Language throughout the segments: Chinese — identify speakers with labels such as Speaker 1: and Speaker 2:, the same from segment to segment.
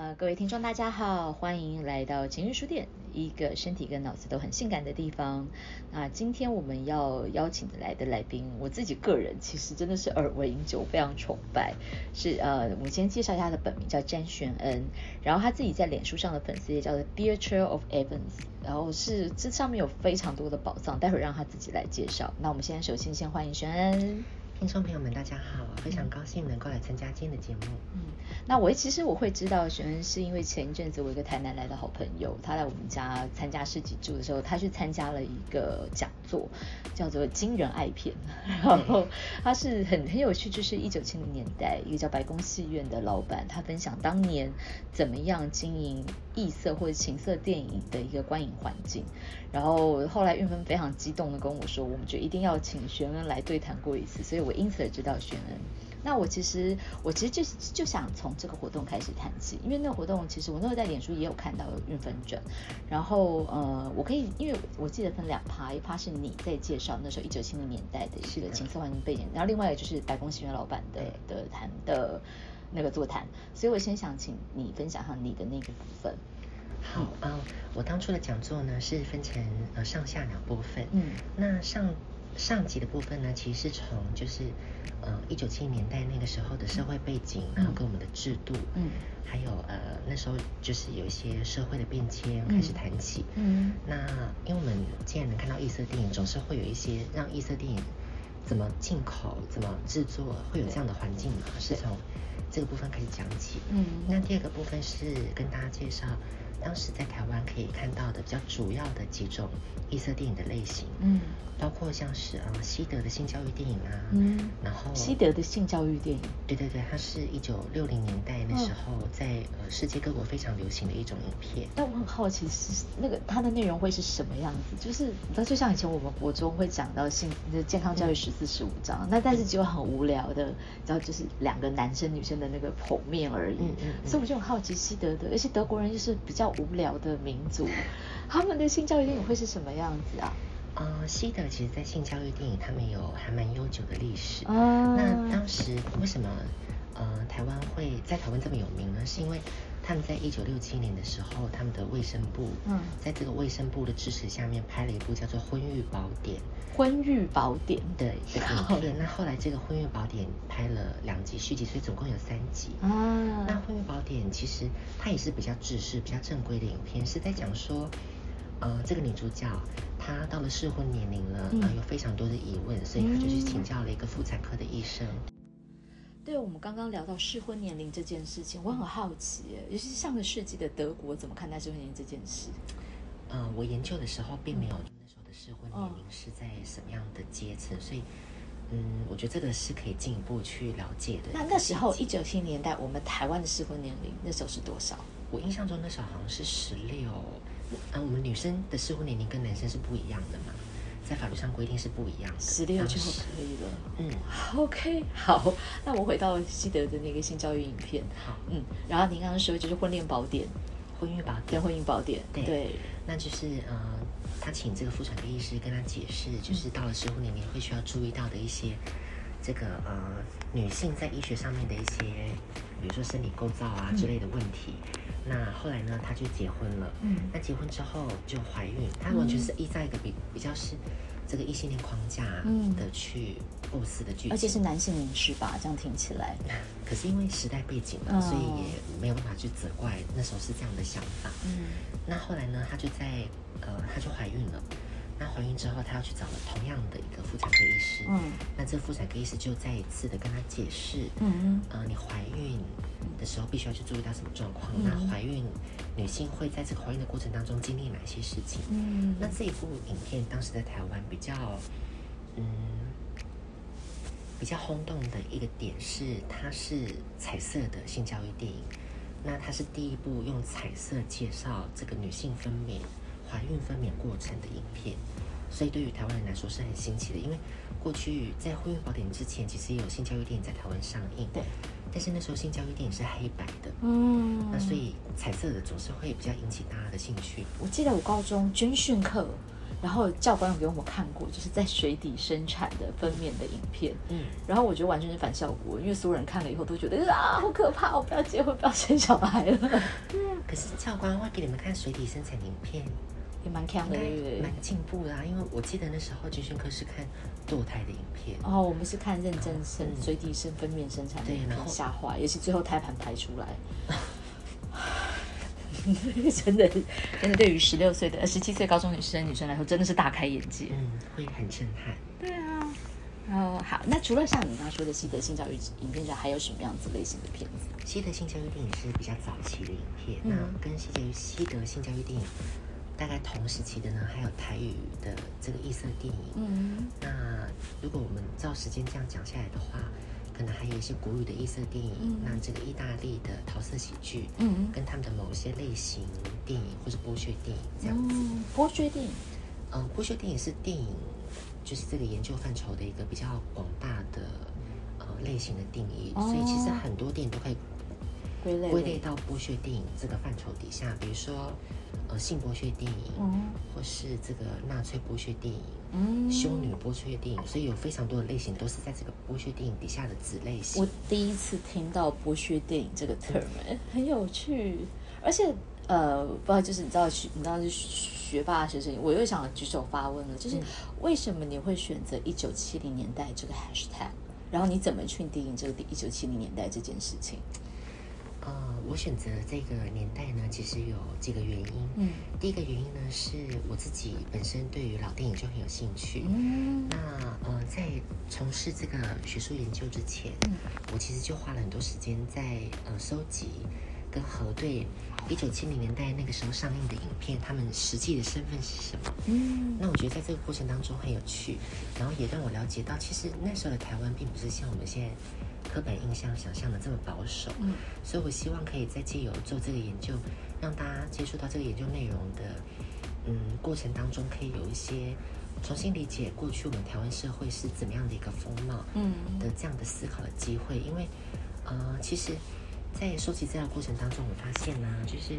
Speaker 1: 各位听众大家好，欢迎来到情欲书店，一个身体跟脑子都很性感的地方。那今天我们要邀请来的来宾，我自己个人其实真的是耳闻已久，非常崇拜。是我们先介绍一下他的本名叫詹玄恩，然后他自己在脸书上的粉丝页叫做 Dear Trail of Evans， 然后是这上面有非常多的宝藏，待会让他自己来介绍。那我们现在首先先欢迎玄恩。
Speaker 2: 听众朋友们大家好，非常高兴能够来参加今天的节目。
Speaker 1: 那其实我会知道玄恩是因为前一阵子我有一个台南来的好朋友，他来我们家参加市集住的时候，他去参加了一个讲座，叫做惊人爱片，然后他是很有趣，就是1970年代一个叫白宫戏院的老板，他分享当年怎么样经营异色或者情色电影的一个观影环境。然后后来运芬非常激动的跟我说，我们就一定要请玄恩来对谈过一次，所以我因此而知道玄恩。那我其实就想从这个活动开始谈起，因为那个活动其实我那时候在脸书也有看到运芬转，然后我可以，因为我记得分2趴，一趴是你在介绍那时候1970年代的一个情色环境背景，然后另外一个就是白宫戏院老板的谈的那个座谈，所以我先想请你分享一下你的那个部分。
Speaker 2: 好，我当初的讲座呢是分成上下2部分。那上集的部分呢，其实是从就是1970年代那个时候的社会背景，然后跟我们的制度，还有那时候就是有一些社会的变迁开始谈起。那因为我们既然能看到异色电影，总是会有一些让异色电影怎么进口、怎么制作，会有这样的环境嘛，是从这个部分开始讲起。那第2个部分是跟大家介绍当时在台湾可以看到的比较主要的几种异色电影的类型，包括像是西德的性教育电影啊，然后
Speaker 1: 西德的性教育电影，
Speaker 2: 对，它是1960年代那时候在世界各国非常流行的一种影片。
Speaker 1: 但我很好奇是那个它的内容会是什么样子？就是你知道，就像以前我们国中会讲到健康教育14、15章，那但是只有很无聊的，然后就是2个男生女生的那个剖面而已。所以我就很好奇西德的，而且德国人就是比较无聊的民族，他们的性教育电影会是什么样子啊？
Speaker 2: 西德其实在性教育电影他们有还蛮悠久的历史。那当时为什么台湾会在台湾这么有名呢？是因为他们在1967年的时候，他们的卫生部在这个卫生部的支持下面拍了一部叫做《婚育宝典》。
Speaker 1: 婚育宝典
Speaker 2: 的影片。那后来这个《婚育宝典》拍了2集续集，所以总共有3集。那《婚育宝典》其实它也是比较制式、比较正规的影片，是在讲说这个女主角她到了适婚年龄了，有非常多的疑问，所以她就去请教了一个妇产科的医生。
Speaker 1: 对，我们刚刚聊到适婚年龄这件事情，我很好奇，尤其是上个世纪的德国怎么看待适婚年龄这件事？
Speaker 2: 我研究的时候并没有那时候的适婚年龄是在什么样的阶层，所以我觉得这个是可以进一步去了解的。
Speaker 1: 那时候1970年代，我们台湾的适婚年龄那时候是多少？
Speaker 2: 我印象中那时候好像是16。我们女生的适婚年龄跟男生是不一样的嘛，在法律上规定是不一样的
Speaker 1: ，16就可以了。OK， 好，那我回到西德的那个性教育影片。
Speaker 2: 好，
Speaker 1: 然后您刚刚说就是婚恋宝典、
Speaker 2: 婚育宝典
Speaker 1: 跟婚姻宝典，对，
Speaker 2: 那就是他请这个妇产科医师跟他解释，就是到了适婚年龄会需要注意到的一些这个女性在医学上面的一些，比如说生理构造啊之类的问题。那后来呢，她就结婚了。那结婚之后就怀孕，她完全是依在一个比较是这个异性恋框架的去构思的剧情，
Speaker 1: 而且是男性凝视吧，这样听起来。
Speaker 2: 可是因为时代背景嘛，所以也没有办法去责怪那时候是这样的想法。那后来呢，她就怀孕了。那怀孕之后，她要去找了同样的一个妇产科医师。那这个妇产科医师就再一次的跟她解释，你怀孕的时候必须要去注意到什么状况。那怀孕女性会在这个怀孕的过程当中经历哪些事情？那这一部影片当时在台湾比较轰动的一个点是，它是彩色的性教育电影。那它是第一部用彩色介绍这个女性怀孕分娩过程的影片，所以对于台湾人来说是很新奇的。因为过去在《婚育宝典》之前，其实也有性教育电影在台湾上映，
Speaker 1: 对，
Speaker 2: 但是那时候性教育电影是黑白的，那所以彩色的总是会比较引起大家的兴趣。
Speaker 1: 我记得我高中军训课然后教官有给我们看过，就是在水底生产的分娩的影片，然后我觉得完全是反效果，因为所有人看了以后都觉得啊好可怕，我不要结婚，不要生小孩了。
Speaker 2: 可是教官会给你们看水底生产影片，
Speaker 1: 也蛮强的，对，
Speaker 2: 蛮进步的啊。因为我记得那时候军训课是看堕胎的影片，
Speaker 1: 我们是看认真水底分娩生产的影片，吓坏，尤其最后胎盘排出来。真的对于17岁高中女生来说，真的是大开眼界，
Speaker 2: 会很震撼。
Speaker 1: 对啊，好，那除了像你刚刚说的西德性教育影片上，还有什么样子类型的片子？
Speaker 2: 西德性教育电影是比较早期的影片，那跟西德性教育电影大概同时期的呢，还有台语的这个异色电影。那如果我们照时间这样讲下来的话，可能还有一些国语的异色电影，那这个意大利的桃色喜剧，跟他们的某一些类型电影或者剥削电影这样子。
Speaker 1: 剥削电影，
Speaker 2: 剥削电影是电影就是这个研究范畴的一个比较广大的类型的定义，所以其实很多电影都可以归类到剥削电影这个范畴底下，比如说性剥削电影，或是这个纳粹剥削电影，修女剥削电影，所以有非常多的类型都是在这个剥削电影底下的子类型。
Speaker 1: 我第一次听到剥削电影这个 term，很有趣，而且不知道就是你知道是学霸学生，我又想举手发问了，就是为什么你会选择1970年代这个 hashtag， 然后你怎么去定义这个1970年代这件事情？
Speaker 2: 我选择这个年代呢，其实有几个原因。第一个原因呢，是我自己本身对于老电影就很有兴趣。那在从事这个学术研究之前，我其实就花了很多时间在收集跟核对1970年代那个时候上映的影片，他们实际的身份是什么。那我觉得在这个过程当中很有趣，然后也让我了解到，其实那时候的台湾并不是像我们现在刻板印象想象的这么保守。所以我希望可以在借由做这个研究，让大家接触到这个研究内容的过程当中，可以有一些重新理解过去我们台湾社会是怎么样的一个风貌的这样的思考的机会。因为其实在收集资料过程当中，我发现呢，就是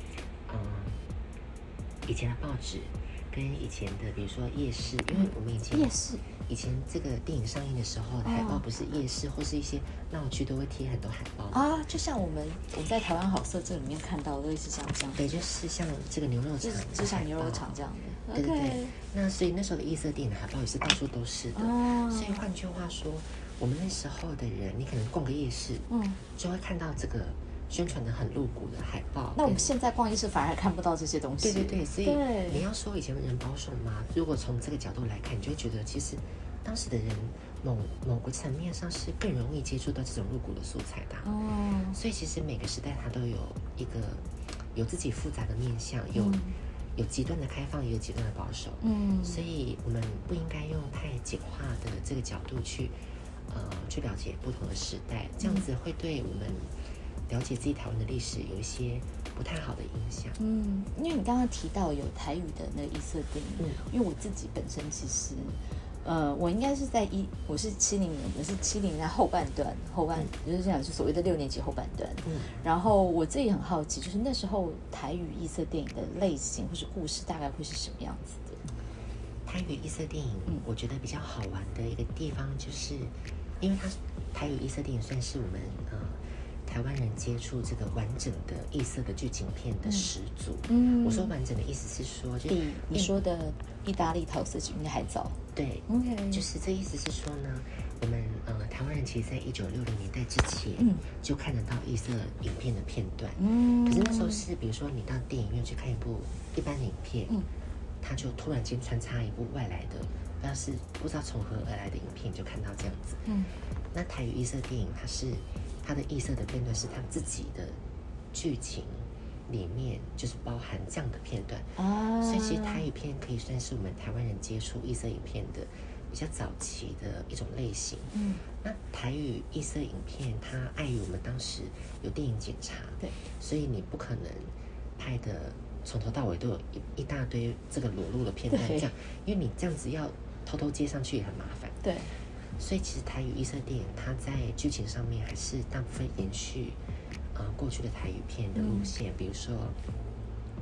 Speaker 2: 以前的报纸跟以前的比如说夜市，因为我们以前这个电影上映的时候，海报不是夜市或是一些闹区都会贴很多海报
Speaker 1: 就像我们在台湾好色这里面看到的类似像这样，
Speaker 2: 对，就是像这个牛肉厂，
Speaker 1: 就像牛肉厂这样的，
Speaker 2: 对。那所以那时候的异色电影的海报也是到处都是的。所以换句话说，我们那时候的人，你可能逛个夜市，就会看到这个宣传的很露骨的海报。
Speaker 1: 那我们现在逛夜市反而还看不到这些东西。
Speaker 2: 对，所以你要说以前的人保守吗？如果从这个角度来看，你就会觉得其实当时的人某个层面上是更容易接触到这种露骨的素材的。所以其实每个时代它都有一个有自己复杂的面向，有极端的开放，也有极端的保守。所以我们不应该用太简化的这个角度去了解不同的时代，这样子会对我们了解自己台湾的历史有一些不太好的影响。
Speaker 1: 因为你刚刚提到有台语的那个异色电影，因为我自己本身其实我应该是我是70年，我是70年代后半段，就是这样，是所谓的6年级后半段。然后我自己很好奇，就是那时候台语异色电影的类型或是故事大概会是什么样子的？
Speaker 2: 台语异色电影，我觉得比较好玩的一个地方，就是因为台语异色电影算是我们台湾人接触这个完整的异色的剧情片的始祖。我说完整的意思是说，就
Speaker 1: 比你说的意大利桃色剧应该还早。
Speaker 2: 对，就是这意思是说呢，我们台湾人其实在1960年代之前就看得到异色影片的片段。可是那时候是比如说你到电影院去看一部一般的影片，它就突然间穿插一部外来的，不知道从何而来的影片，就看到这样子。那台语异色电影它的异色的片段是它自己的剧情里面就是包含这样的片段。所以其实台语片可以算是我们台湾人接触异色影片的比较早期的一种类型。那台语异色影片它碍于我们当时有电影检查，对，所以你不可能拍的从头到尾都有一大堆这个裸露的片段，这样，因为你这样子要偷偷接上去也很麻烦。对，所以其实台语异色电影它在剧情上面还是大部分延续过去的台语片的路线，比如说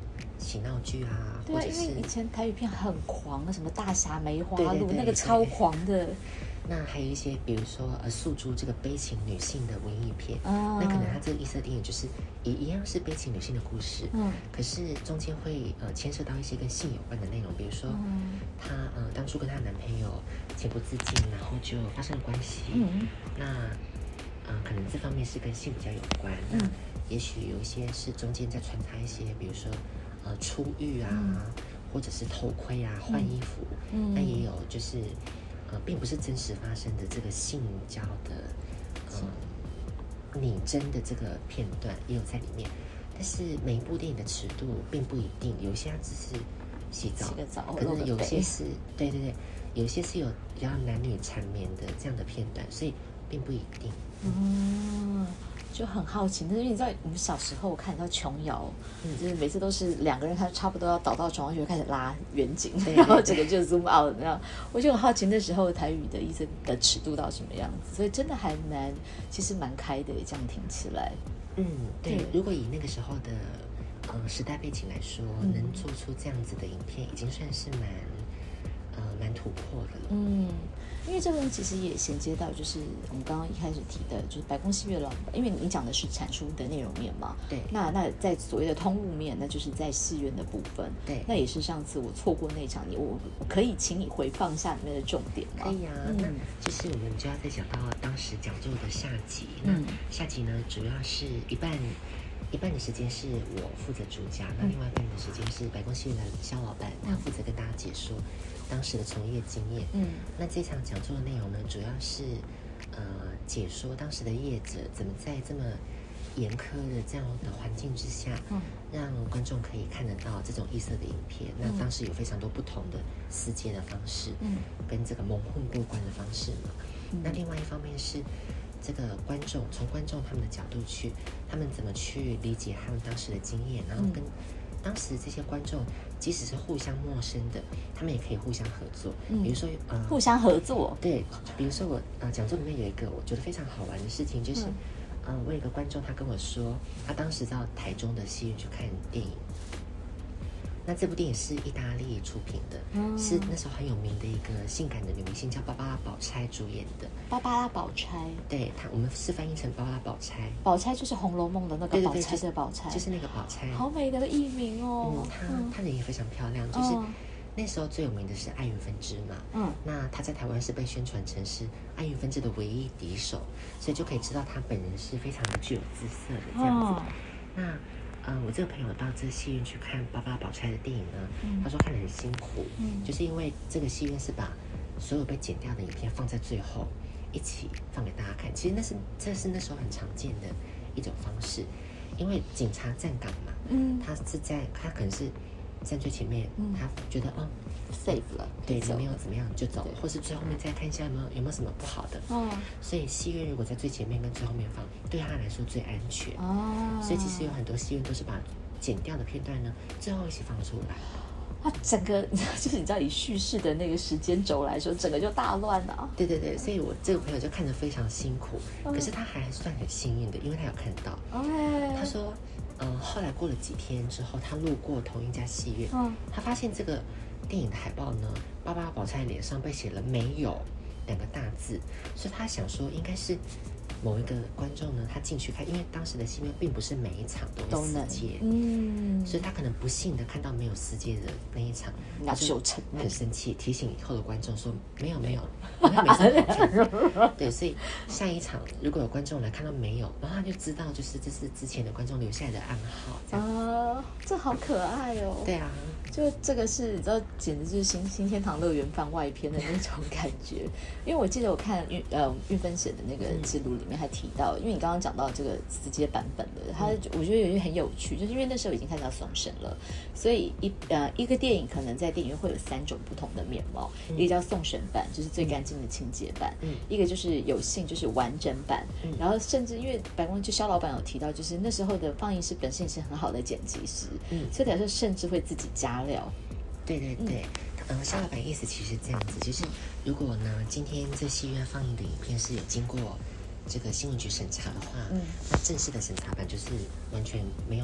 Speaker 2: 喜闹剧啊，
Speaker 1: 对啊，
Speaker 2: 或者是
Speaker 1: 因为以前台语片很狂，那什么大侠梅花鹿，
Speaker 2: 对对对
Speaker 1: 那个超狂的。
Speaker 2: 那还有一些，比如说诉诸这个悲情女性的文艺片，那可能它这个异色电影就是一样是悲情女性的故事，可是中间会牵涉到一些跟性有关的内容，比如说她当初跟她男朋友情不自禁，然后就发生了关系，那可能这方面是跟性比较有关，那也许有一些是中间再穿插一些，比如说出狱啊，或者是偷窥啊，换衣服，那也有就是并不是真实发生的这个性交的拟真的这个片段也有在里面，但是每一部电影的尺度并不一定，有些它只是洗澡，可能有些是对，有些是有比较男女缠绵的这样的片段，所以并不一定。
Speaker 1: 就很好奇，但是因为你知道，我们小时候看到琼瑶，就是每次都是2个人，他差不多要倒到床上就开始拉远景，然后整个就 zoom out 那样。我就很好奇那时候台语的意思的尺度到什么样子，所以真的还其实蛮开的，这样听起来。
Speaker 2: 对，如果以那个时候的时代背景来说，能做出这样子的影片，已经算是蛮突破的了。
Speaker 1: 因为这边其实也衔接到，就是我们刚刚一开始提的，就是白宫戏院了。因为你讲的是阐述的内容面嘛，
Speaker 2: 对。
Speaker 1: 那在所谓的通路面，那就是在戏院的部分，
Speaker 2: 对。
Speaker 1: 那也是上次我错过那场，我可以请你回放一下里面的重点吗？
Speaker 2: 可以啊。那就是我们就要再讲到当时讲座的下集。那下集呢，主要是一半的时间是我负责主讲，那另外一半的时间是白宫戏院的肖老板，他负责跟大家解说当时的从业经验。那这场讲座的内容呢，主要是解说当时的业者怎么在这么严苛的这样的环境之下，让观众可以看得到这种异色的影片。那当时有非常多不同的私接的方式，跟这个蒙混过关的方式嘛。那另外一方面是这个从观众他们的角度去，他们怎么去理解他们当时的经验，然后跟当时这些观众，即使是互相陌生的，他们也可以互相合作。比如说
Speaker 1: 互相合作。
Speaker 2: 对，比如说我讲座里面有一个我觉得非常好玩的事情，就是我有一个观众他跟我说，他当时到台中的戏院去看电影。那这部电影是意大利出品的，是那时候很有名的一个性感的女明星叫芭芭拉宝钗主演的。
Speaker 1: 芭芭拉宝钗，
Speaker 2: 对，我们是翻译成芭芭拉宝钗。
Speaker 1: 宝钗就是《红楼梦》的那个宝钗的宝钗，
Speaker 2: 就是那个宝钗，
Speaker 1: 好美的艺名哦。
Speaker 2: 她人也非常漂亮，就是那时候最有名的是艾云芬芝嘛。那她在台湾是被宣传成是艾云芬芝的唯一敌手，所以就可以知道她本人是非常的具有姿色的这样子。那我这个朋友到这个戏院去看芭芭拉宝钗的电影呢，他说看得很辛苦，就是因为这个戏院是把所有被剪掉的影片放在最后一起放给大家看。其实这是那时候很常见的一种方式，因为警察站岗嘛，他可能是站最前面，他觉得
Speaker 1: safe 了，
Speaker 2: 对，你没有怎么样就走，或是最后面再看一下有没有什么不好的。所以戏院如果在最前面跟最后面放，对他来说最安全。所以其实有很多戏院都是把剪掉的片段呢，最后一起放出来。
Speaker 1: 它整个就是你知道以叙事的那个时间轴来说，整个就大乱了。
Speaker 2: 对，所以我这个朋友就看得非常辛苦，可是他还算很幸运的，因为他有看到。他说，后来过了几天之后，他路过同一家戏院，他发现这个电影的海报呢，芭芭拉宝钗脸上被写了没有2个大字，所以他想说应该是某一个观众呢，他进去看，因为当时的戏院并不是每一场都有私接，所以他可能不幸的看到没有私接的那一场，他就很生气，提醒以后的观众说没有，没什么好看。对，所以下一场如果有观众来看到没有，然后他就知道就是这是之前的观众留下来的暗号。
Speaker 1: 这好可爱哦。
Speaker 2: 对啊，
Speaker 1: 就这个是你知道，简直就是新天堂乐园番外篇的那种感觉。因为我记得我看韵芬写的那个记录里面还提到，因为你刚刚讲到这个直接版本的，我觉得有一个很有趣，就是因为那时候已经看到送审了，所以一个电影可能在电影院会有3种不同的面貌，一个叫送审版，就是最干净的清洁版，一个就是有幸就是完整版，然后甚至因为白宫就肖老板有提到，就是那时候的放映师本身也是很好的剪辑师，所以等于说甚至会自己加料。
Speaker 2: 对，肖老板意思其实这样子，就是如果呢今天这戏院放映的影片是有经过这个新闻局审查的话，那正式的审查版就是完全没有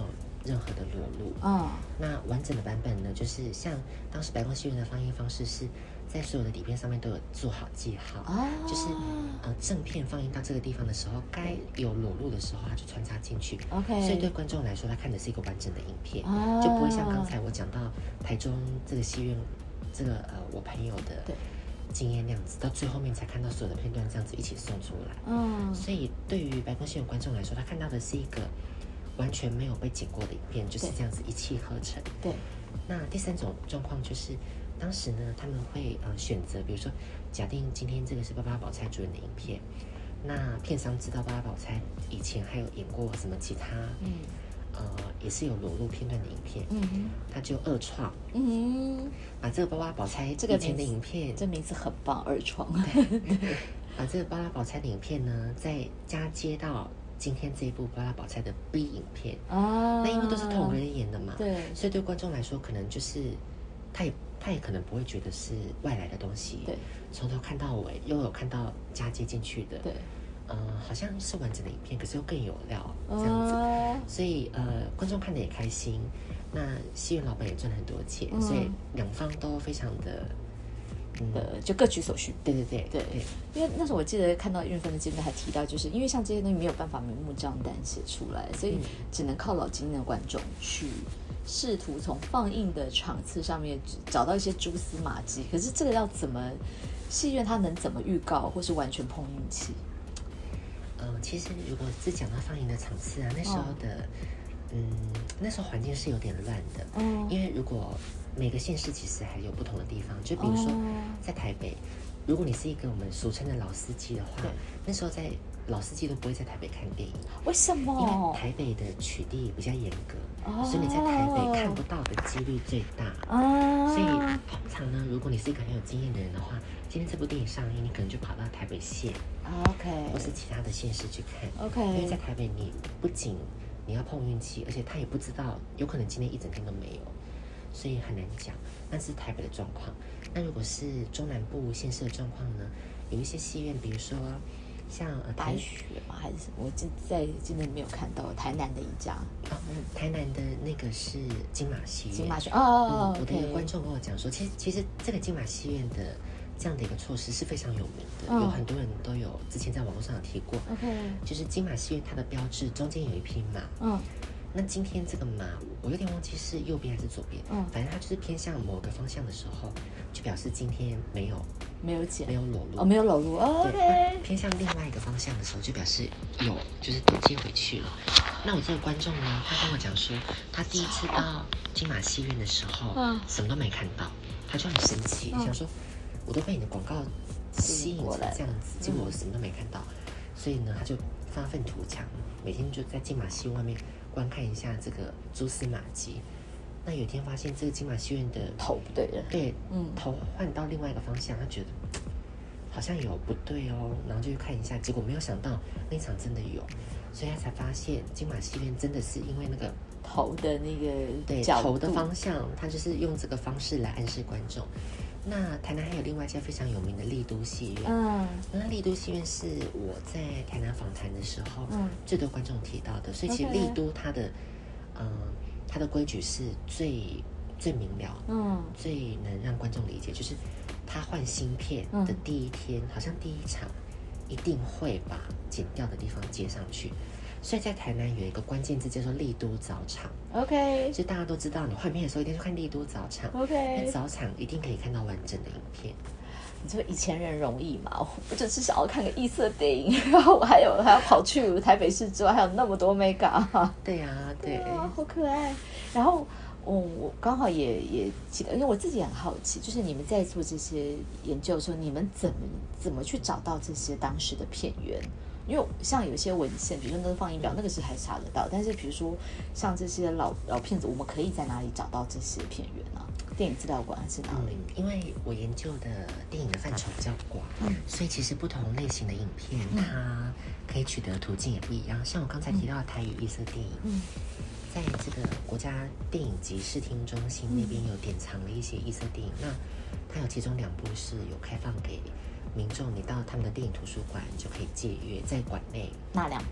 Speaker 2: 任何的裸露。那完整的版本呢，就是像当时白宫戏院的放映方式是在所有的底片上面都有做好记号，就是正片放映到这个地方的时候，该有裸露的时候，它就穿插进去。所以对观众来说，他看的是一个完整的影片，就不会像刚才我讲到台中这个戏院，这个我朋友的经验那样子，到最后面才看到所有的片段这样子一起送出来。所以对于白宫戏院观众来说，他看到的是一个完全没有被剪过的影片，就是这样子一气呵成。
Speaker 1: 对。
Speaker 2: 那第三种状况就是，当时呢他们会选择，比如说假定今天这个是芭芭拉宝钗主演的影片，那片商知道芭芭拉宝钗以前还有演过什么其他，也是有裸露片段的影片，他就二创，把这个芭芭拉宝钗以前的影片，
Speaker 1: 这名字很棒，二创，
Speaker 2: 把这个芭芭拉宝钗的影片呢，再加接到今天这一部芭芭拉宝钗的 B 影片，那因为都是同人演的嘛，
Speaker 1: 对，
Speaker 2: 所以对观众来说，可能就是他也可能不会觉得是外来的东西，
Speaker 1: 对，
Speaker 2: 从头看到尾，又有看到加接进去的，
Speaker 1: 对。
Speaker 2: 好像是完整的影片，可是又更有料这样子，所以观众看得也开心，那戏院老板也赚了很多钱，所以两方都非常的
Speaker 1: 就各取所需。
Speaker 2: 对，
Speaker 1: 因为那时候我记得看到运芬的节目还提到，就是因为像这些东西没有办法明目张胆写出来，所以只能靠老经验的观众去试图从放映的场次上面找到一些蛛丝马迹。可是这个要怎么戏院它能怎么预告，或是完全碰运气？
Speaker 2: 其实如果是讲到放映的场次啊，那时候的那时候环境是有点乱的，因为如果每个县市其实还有不同的地方，就比如说在台北，如果你是一个我们俗称的老司机的话，那时候在老司机都不会在台北看电影。
Speaker 1: 为什么？
Speaker 2: 因为台北的取缔比较严格，所以你在台北看不到的几率最大。所以通常呢，如果你是一个很有经验的人的话，今天这部电影上映，你可能就跑到台北县或是其他的县市去看。因为在台北你不仅你要碰运气，而且他也不知道，有可能今天一整天都没有，所以很难讲。那是台北的状况。那如果是中南部县市的状况呢？有一些戏院，比如说像
Speaker 1: 白雪嘛，还是什么？我今天没有看到台南的一家。
Speaker 2: 台南的那个是金马戏院。
Speaker 1: 金马戏
Speaker 2: 我的一个观众跟我讲说，其实这个金马戏院的这样的一个措施是非常有名的，有很多人都有之前在网络上有提过。就是金马戏院它的标志中间有一匹马。那今天这个马，我有点忘记是右边还是左边，反正它就是偏向某个方向的时候，就表示今天没有裸露，
Speaker 1: 没有裸露。
Speaker 2: 对，偏向另外一个方向的时候，就表示有，就是接回去了。那我这个观众呢，他跟我讲说，他第一次到金马戏院的时候，什么都没看到，他就很生气，想说我都被你的广告吸引成这样子，结果我什么都没看到，所以呢，他就发愤图强，每天就在金马戏院外面观看一下这个蛛丝马迹。那有一天发现这个金马戏院的
Speaker 1: 头不对了，
Speaker 2: 对，头换到另外一个方向，他觉得好像有不对哦，然后就去看一下，结果没有想到那场真的有，所以他才发现金马戏院真的是因为那个
Speaker 1: 头的那个
Speaker 2: 头的方向，他就是用这个方式来暗示观众。那台南还有另外一家非常有名的丽都戏院，那丽都戏院是我在台南访谈的时候，最多观众提到的，所以其实丽都它的规矩是最明了，最能让观众理解，就是他换新片的第一天，好像第一场一定会把剪掉的地方接上去。所以在台南有一个关键字叫做丽都早场，就大家都知道，你换片的时候一定去看丽都早场，那早场一定可以看到完整的影片。
Speaker 1: 你说以前人容易嘛？我只是想要看个异色电影，然后还要跑去台北市之外，还有那么多 mega。
Speaker 2: 对啊，
Speaker 1: 好可爱。然后我刚好也记得，因为我自己很好奇，就是你们在做这些研究的时候，你们怎么去找到这些当时的片源？因为像有一些文献，比如说那个放映表，那个是还查得到，但是比如说像这些老片子，我们可以在哪里找到这些片源啊？电影资料馆还是哪里？
Speaker 2: 因为我研究的电影的范畴比较广，所以其实不同类型的影片，它可以取得的途径也不一样。像我刚才提到的台语异色电影，在这个国家电影及视听中心那边有典藏了一些异色电影，那它有其中2部是有开放给民众，你到他们的电影图书馆就可以借阅，在馆内。
Speaker 1: 哪2部？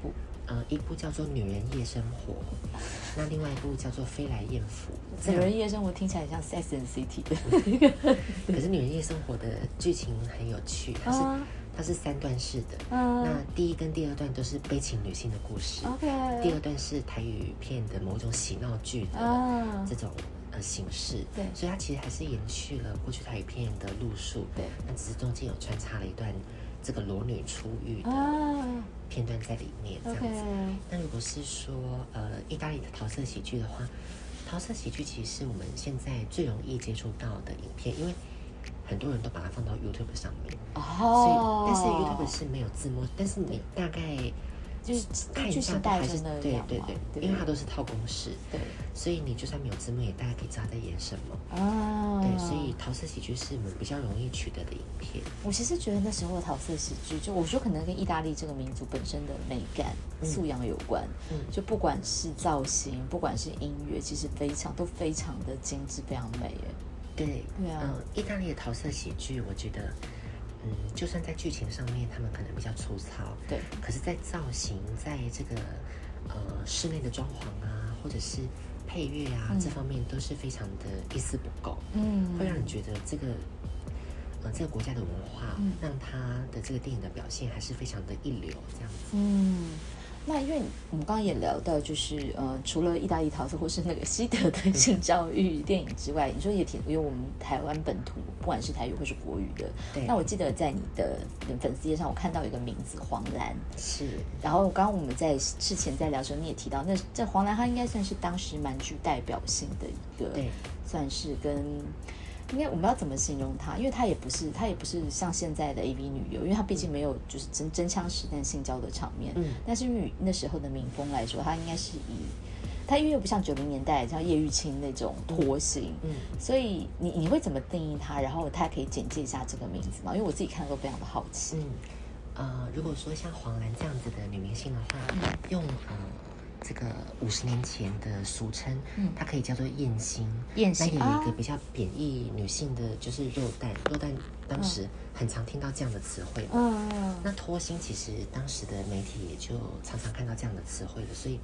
Speaker 2: 一部叫做《女人夜生活》，那另外一部叫做《飞来艳福》。
Speaker 1: 女人夜生活听起来像 Sex and City 的
Speaker 2: 可是《女人夜生活》的剧情很有趣，它是3段式的。那第1跟第2段都是悲情女性的故事。第2段是台语片的某种喜闹剧的这种形式。对，所以它其实还是延续了过去台语片的路数。对，那只是中间有穿插了一段这个裸女出狱的片段在里面，这样子。那如果是说意大利的桃色喜剧的话，桃色喜剧其实是我们现在最容易接触到的影片，因为很多人都把它放到 YouTube 上面。所以但是 YouTube 是没有字幕，但是你大概
Speaker 1: 就是
Speaker 2: 看一下，
Speaker 1: 还
Speaker 2: 是对，因为它都是套公式，
Speaker 1: 对，所
Speaker 2: 以你就算没有字幕，也大概可以知道在演什么。对，所以桃色喜剧是我们比较容易取得的影片。
Speaker 1: 我其实觉得那时候的桃色喜剧，就我觉得可能跟意大利这个民族本身的美感素养有关。就不管是造型，不管是音乐，其实都非常的精致，非常美。
Speaker 2: 对啊，意大利的桃色喜剧，我觉得。就算在剧情上面，他们可能比较粗糙，对，可是，在造型，在这个室内的装潢啊，或者是配乐啊这方面，都是非常的一丝不苟，会让你觉得这个国家的文化，让他的这个电影的表现还是非常的一流，这样子。
Speaker 1: 那因为我们刚刚也聊到，就是除了意大利桃色或是那个西德的性教育电影之外，你说也有我们台湾本土，不管是台语或是国语的。那我记得在你的粉丝页上，我看到一个名字黄兰，
Speaker 2: 是。
Speaker 1: 然后刚刚我们在事前在聊的时候，你也提到，那这黄兰她应该算是当时蛮具代表性的一个，对，算是跟。应该我们要怎么形容她？因为她也不是像现在的 AV 女优，因为她毕竟没有就是真枪实弹性交的场面。但是因为那时候的民风来说，她应该是她因为又不像90年代像叶玉卿那种脱形，所以你会怎么定义她？然后她可以简介一下这个名字吗？因为我自己看都非常的好奇。
Speaker 2: 如果说像黄兰这样子的女明星的话，用这个50年前的俗称，它可以叫做艳星。那也有一个比较贬义女性的，就是肉蛋。肉蛋当时很常听到这样的词汇嘛。那脱星其实当时的媒体也就常常看到这样的词汇了，所以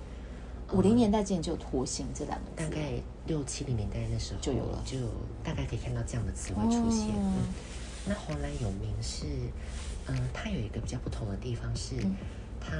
Speaker 1: 50年代之前就有脱星这2个字，
Speaker 2: 大概60、70年代那时候
Speaker 1: 就有了，
Speaker 2: 就大概可以看到这样的词汇出现。那黄兰有名是，她有一个比较不同的地方是，她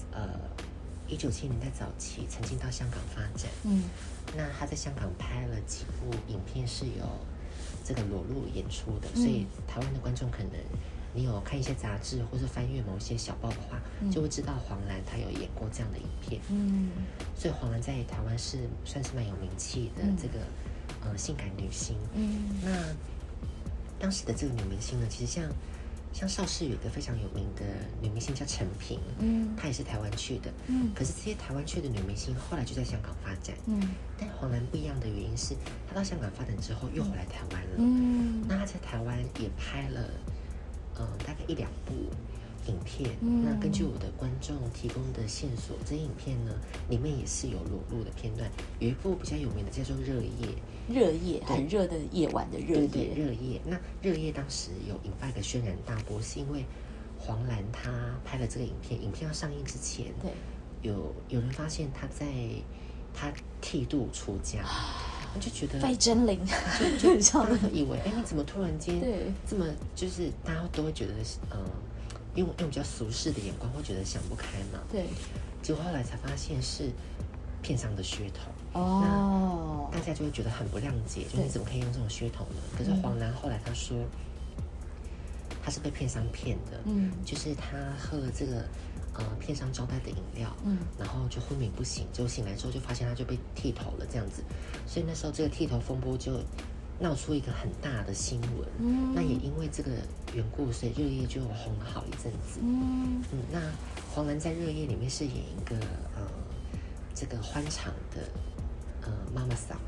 Speaker 2: 1970年代早期曾经到香港发展，那他在香港拍了几部影片是有这个裸露演出的，所以台湾的观众可能你有看一些杂志或是翻阅某些小报的话，就会知道黄兰她有演过这样的影片，所以黄兰在台湾是算是蛮有名气的这个性感女星。那当时的这个女明星呢，其实像邵氏有一个非常有名的女明星叫陈萍，她也是台湾去的，可是这些台湾去的女明星后来就在香港发展，但黄兰不一样的原因是，她到香港发展之后又回来台湾了，那她在台湾也拍了，大概1、2部影片，那根据我的观众提供的线索，这些影片呢里面也是有裸露的片段，有一部比较有名的叫做《热夜》，
Speaker 1: 很热的夜晚的热夜，
Speaker 2: 对，热夜。那热夜当时有引发一个轩然大波，是因为黄兰她拍了这个影片，影片要上映之前，对，有人发现她剃度出家，我就觉得
Speaker 1: 非真灵，
Speaker 2: 就大家都以为，你怎么突然间这么就是大家都会觉得用比较俗世的眼光会觉得想不开嘛，对，结果后来才发现是片商的噱头，那大家就会觉得很不谅解，就你怎么可以用这种噱头呢？可是黄兰后来她说，她是被片商骗的，就是她喝了这个片商招待的饮料，然后就昏迷不醒，结果醒来之后就发现她就被剃头了这样子，所以那时候这个剃头风波就闹出一个很大的新闻，那也因为这个缘故，所以热夜就红了好一阵子。那黄兰在热夜里面是演一个这个欢场的妈妈桑。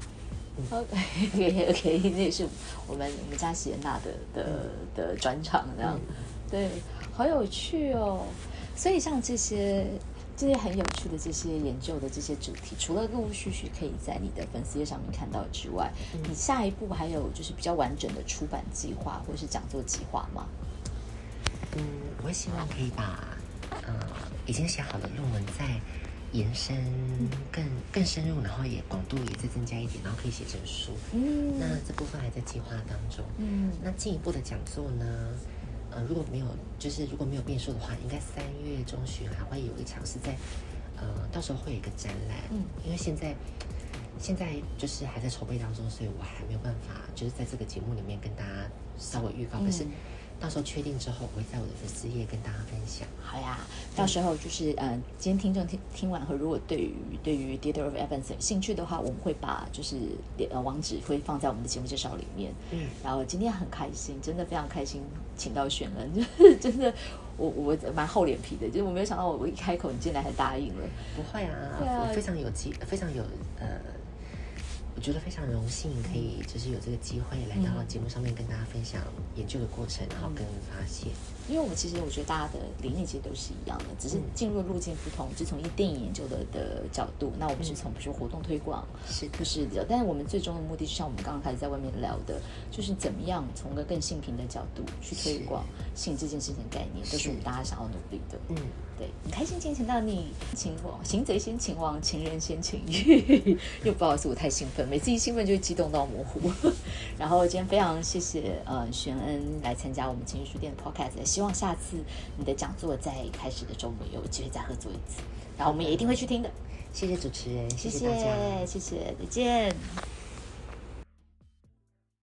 Speaker 1: OK， 那也是我们家喜恩娜的专场这样，对，好有趣哦。所以像这些很有趣的这些研究的这些主题，除了陆陆续续可以在你的粉丝页上面看到之外，你下一步还有就是比较完整的出版计划或是讲座计划吗？
Speaker 2: 我会希望可以把已经写好了论文再延伸更深入，然后也广度也再增加一点，然后可以写成书。那这部分还在计划当中。那进一步的讲座呢，如果没有变数的话，应该3月中旬还会有一场是在到时候会有一个展览。因为现在就是还在筹备当中，所以我还没有办法就是在这个节目里面跟大家稍微预告。可是到时候确定之后，我会在我的粉丝页跟大家分享。
Speaker 1: 好呀，到时候就是今天听众听完后，如果对于 Theater of Evans 有兴趣的话，我们会把就是网址会放在我们的节目介绍里面。然后今天很开心，真的非常开心，请到璇恩，就是真的我蛮厚脸皮的，就是我没有想到我一开口，你竟然还答应了。
Speaker 2: 不会啊，我非常有我觉得非常荣幸可以就是有这个机会来到节目上面跟大家分享研究的过程，然后跟发现。因
Speaker 1: 为我觉得大家的理念其实都是一样的，只是进入的路径不同，是从电影研究的角度，那我们是从比如说活动推广，是的，但是我们最终的目的，就像我们刚刚开始在外面聊的，就是怎么样从个更性平的角度去推广性这件事情的概念，都是我们大家想要努力的。对，很开心今天请到你，行贼先擒王，情人先擒欲。又不好意思，我太兴奋，每次一兴奋就会激动到模糊。然后今天非常谢谢璇恩来参加我们情绪书店的 podcast， 希望下次你的讲座在开始的周末有机会再合作一次，然后我们也一定会去听的。
Speaker 2: 谢谢主持人，谢谢大家，
Speaker 1: 谢谢，再见。